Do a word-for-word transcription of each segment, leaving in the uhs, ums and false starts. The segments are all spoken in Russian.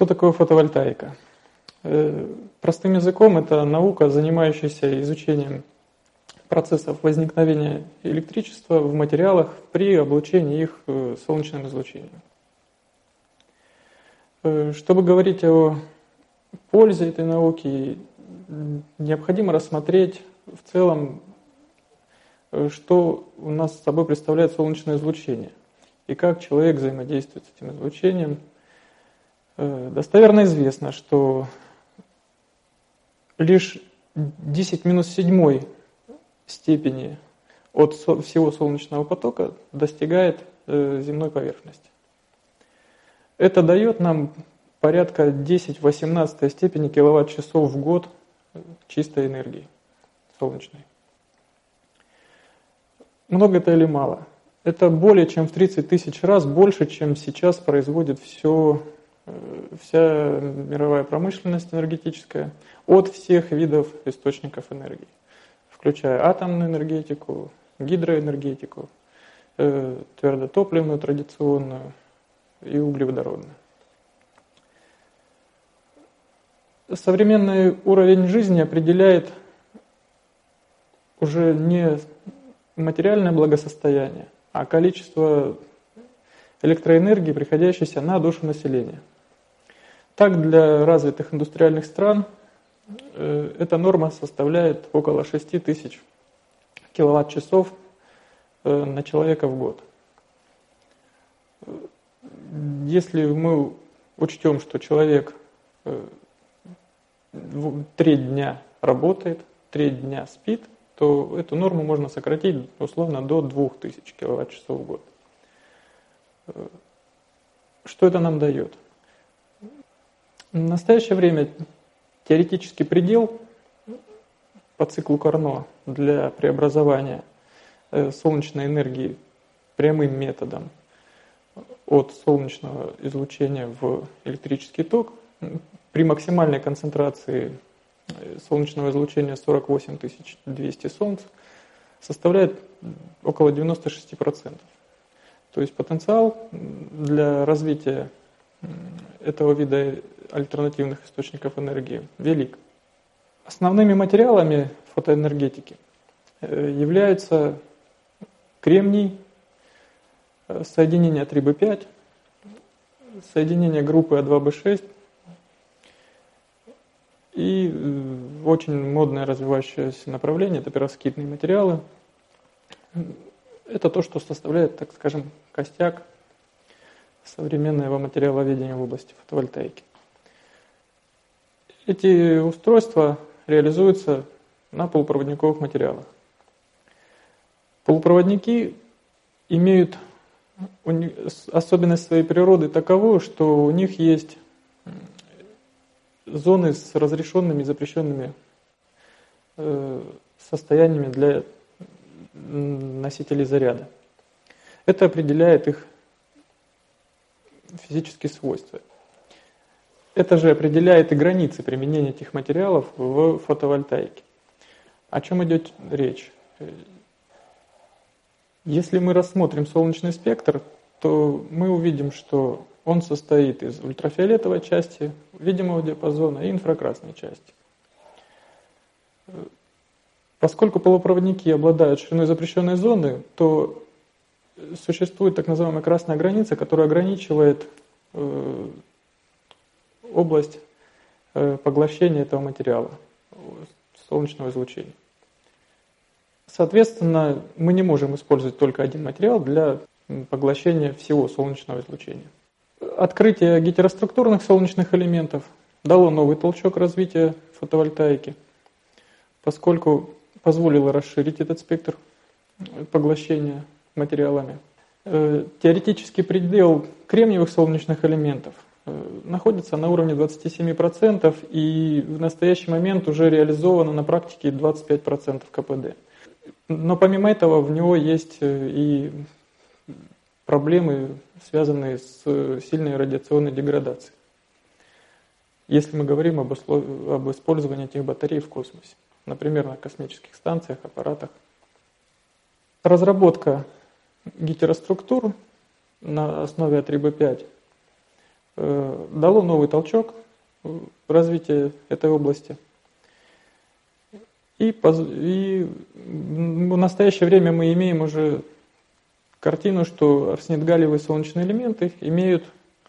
такое фотовольтаика? Простым языком, это наука, занимающаяся изучением процессов возникновения электричества в материалах при облучении их солнечным излучением. Чтобы говорить о пользе этой науки, необходимо рассмотреть в целом, что у нас с собой представляет солнечное излучение и как человек взаимодействует с этим излучением. Достоверно известно, что лишь десять минус семь степени от всего солнечного потока достигает земной поверхности. Это дает нам порядка десять в восемнадцатой степени киловатт-часов в год чистой энергии солнечной. Много это или мало? Это более чем в тридцать тысяч раз больше, чем сейчас производит все, вся мировая промышленность энергетическая от всех видов источников энергии, включая атомную энергетику, гидроэнергетику, твердотопливную традиционную и углеводородную. Современный уровень жизни определяет уже не материальное благосостояние, а количество электроэнергии, приходящейся на душу населения. Так, для развитых индустриальных стран э, эта норма составляет около шесть тысяч киловатт-часов э, на человека в год. Если мы учтем, что человек э, треть дня работает, треть дня спит, то эту норму можно сократить условно до двух тысяч киловатт-часов в год. Что это нам дает? В настоящее время теоретический предел по циклу Карно для преобразования солнечной энергии прямым методом от солнечного излучения в электрический ток при максимальной концентрации солнечного излучения сорок восемь тысяч двести солнц составляет около девяносто шесть процентов. То есть потенциал для развития этого вида альтернативных источников энергии велик. Основными материалами фотоэнергетики являются кремний, соединение три бэ пять, соединение группы а два бэ шесть и очень модное развивающееся направление – это пероксидные материалы. Это то, что составляет, так скажем, костяк современного материаловедения в области фотовольтаики. Эти устройства реализуются на полупроводниковых материалах. Полупроводники имеют особенность своей природы таковую, что у них есть зоны с разрешенными и запрещенными состояниями для носителей заряда. Это определяет их физические свойства. Это же определяет и границы применения этих материалов в фотовольтаике. О чем идет речь? Если мы рассмотрим солнечный спектр, то мы увидим, что он состоит из ультрафиолетовой части, видимого диапазона и инфракрасной части. Поскольку полупроводники обладают шириной запрещенной зоны, то существует так называемая красная граница, которая ограничивает э, область э, поглощения этого материала, солнечного излучения. Соответственно, мы не можем использовать только один материал для поглощения всего солнечного излучения. Открытие гетероструктурных солнечных элементов дало новый толчок развития фотовольтаики, поскольку позволило расширить этот спектр поглощения материалами. Теоретический предел кремниевых солнечных элементов находится на уровне двадцати семи процентов и в настоящий момент уже реализовано на практике двадцать пять процентов ка пэ дэ. Но помимо этого в него есть и проблемы, связанные с сильной радиационной деградацией, если мы говорим об, услов... об использовании этих батарей в космосе, например, на космических станциях, аппаратах. Разработка гетероструктур на основе а три бэ пять дало новый толчок в развитии этой области. И, и в настоящее время мы имеем уже картину, что арсенид-галлиевые солнечные элементы имеют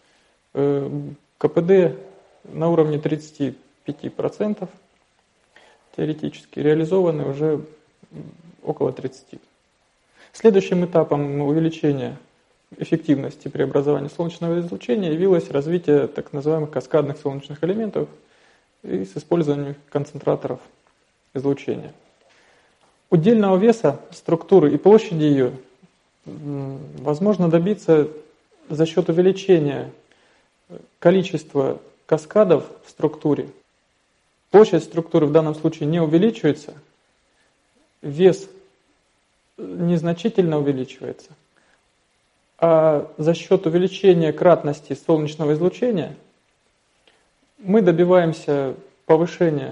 КПД на уровне тридцати пяти процентов, теоретически реализованы уже около тридцати процентов. Следующим этапом увеличения эффективности преобразования солнечного излучения явилось развитие так называемых каскадных солнечных элементов и с использованием концентраторов излучения. Удельного веса структуры и площади ее возможно добиться за счет увеличения количества каскадов в структуре. Площадь структуры в данном случае не увеличивается, вес незначительно увеличивается, а за счет увеличения кратности солнечного излучения мы добиваемся повышения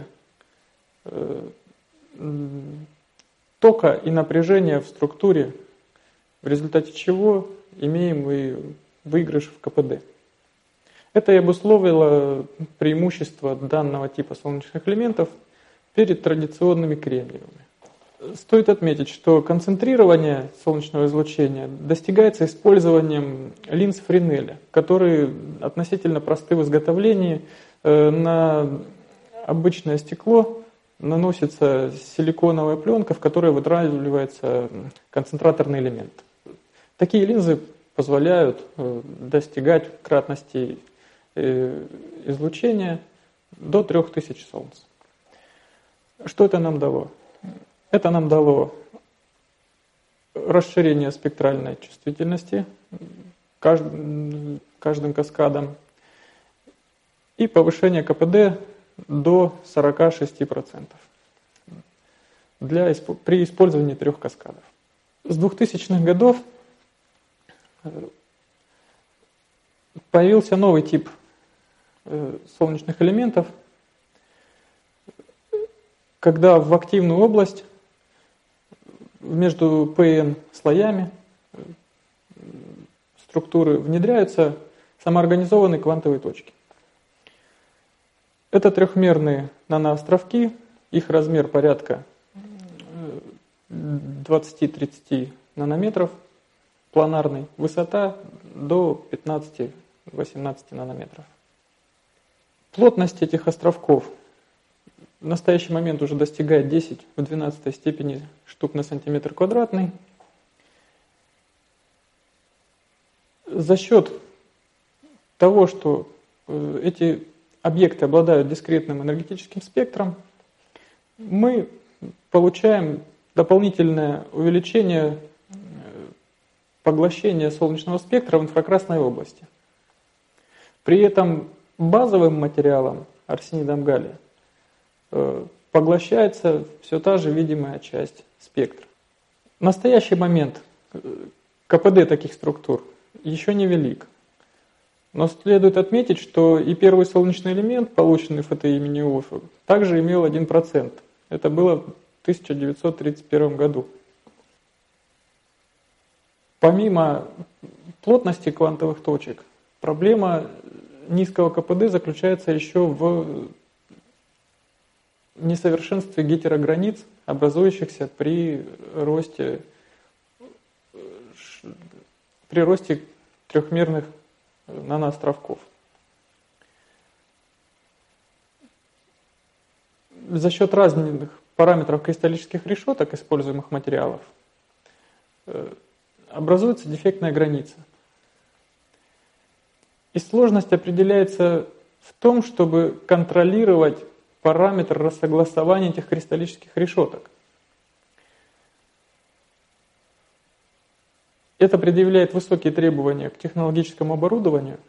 тока и напряжения в структуре, в результате чего имеем и выигрыш в КПД. Это и обусловило преимущество данного типа солнечных элементов перед традиционными кремниевыми. Стоит отметить, что концентрирование солнечного излучения достигается использованием линз Френеля, которые относительно просты в изготовлении. На обычное стекло наносится силиконовая пленка, в которой вытравливается концентраторный элемент. Такие линзы позволяют достигать кратности излучения до трёх тысяч Солнц. Что это нам дало? Это нам дало расширение спектральной чувствительности каждым, каждым каскадом и повышение КПД до сорока шести процентов для, при использовании трех каскадов. С двухтысячных годов появился новый тип солнечных элементов, когда в активную область между ПН слоями структуры внедряются самоорганизованные квантовые точки. Это трехмерные наноостровки, их размер порядка двадцати-тридцати нанометров, планарный, высота до пятнадцати-восемнадцати нанометров. Плотность этих островков в настоящий момент уже достигает десять в двенадцатой степени штук на сантиметр квадратный. За счет того, что эти объекты обладают дискретным энергетическим спектром, мы получаем дополнительное увеличение поглощения солнечного спектра в инфракрасной области. При этом базовым материалом, арсенидом галлия, поглощается все та же видимая часть спектра. В настоящий момент КПД таких структур еще не велик. Но следует отметить, что и первый солнечный элемент, полученный в этой имени Уфа, также имел один процент. Это было в тысяча девятьсот тридцать первом году. Помимо плотности квантовых точек, проблема низкого КПД заключается еще в несовершенстве гетерограниц, образующихся при росте, при росте трехмерных наноостровков. За счет разных параметров кристаллических решеток, используемых материалов, образуется дефектная граница. И сложность определяется в том, чтобы контролировать параметр рассогласования этих кристаллических решеток. Это предъявляет высокие требования к технологическому оборудованию,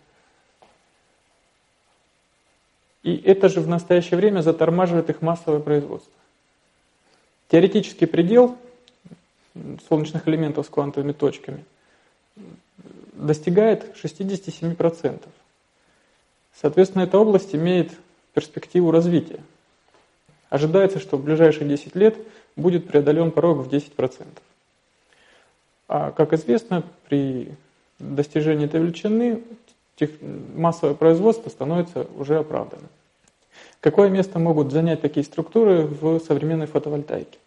и это же в настоящее время затормаживает их массовое производство. Теоретический предел солнечных элементов с квантовыми точками достигает шестидесяти семи процентов. Соответственно, эта область имеет перспективу развития. Ожидается, что в ближайшие десять лет будет преодолен порог в десять процентов. А, как известно, при достижении этой величины тех, массовое производство становится уже оправданным. Какое место могут занять такие структуры в современной фотовольтаике?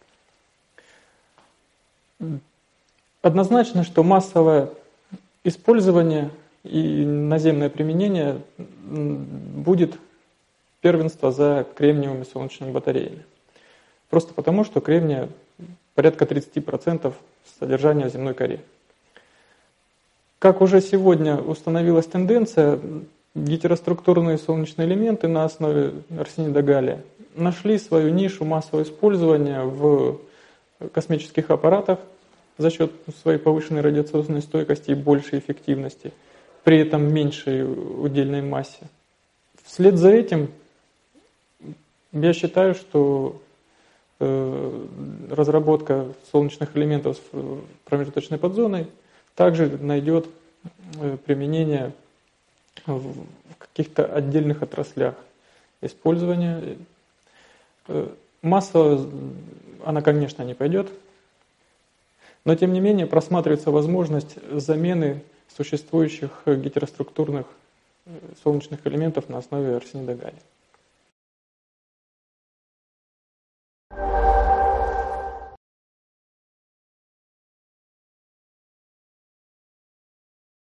Однозначно, что массовое использование и наземное применение будет первенство за кремниевыми солнечными батареями. Просто потому, что кремния порядка тридцать процентов содержания в земной коре. Как уже сегодня установилась тенденция, гетероструктурные солнечные элементы на основе арсенида галлия нашли свою нишу массового использования в космических аппаратах за счет своей повышенной радиационной стойкости и большей эффективности, при этом меньшей удельной массе. Вслед за этим я считаю, что э, разработка солнечных элементов с промежуточной подзоной также найдет э, применение в каких-то отдельных отраслях использования. Э, массово она, конечно, не пойдет, но тем не менее просматривается возможность замены существующих гетероструктурных солнечных элементов на основе арсенида галлия.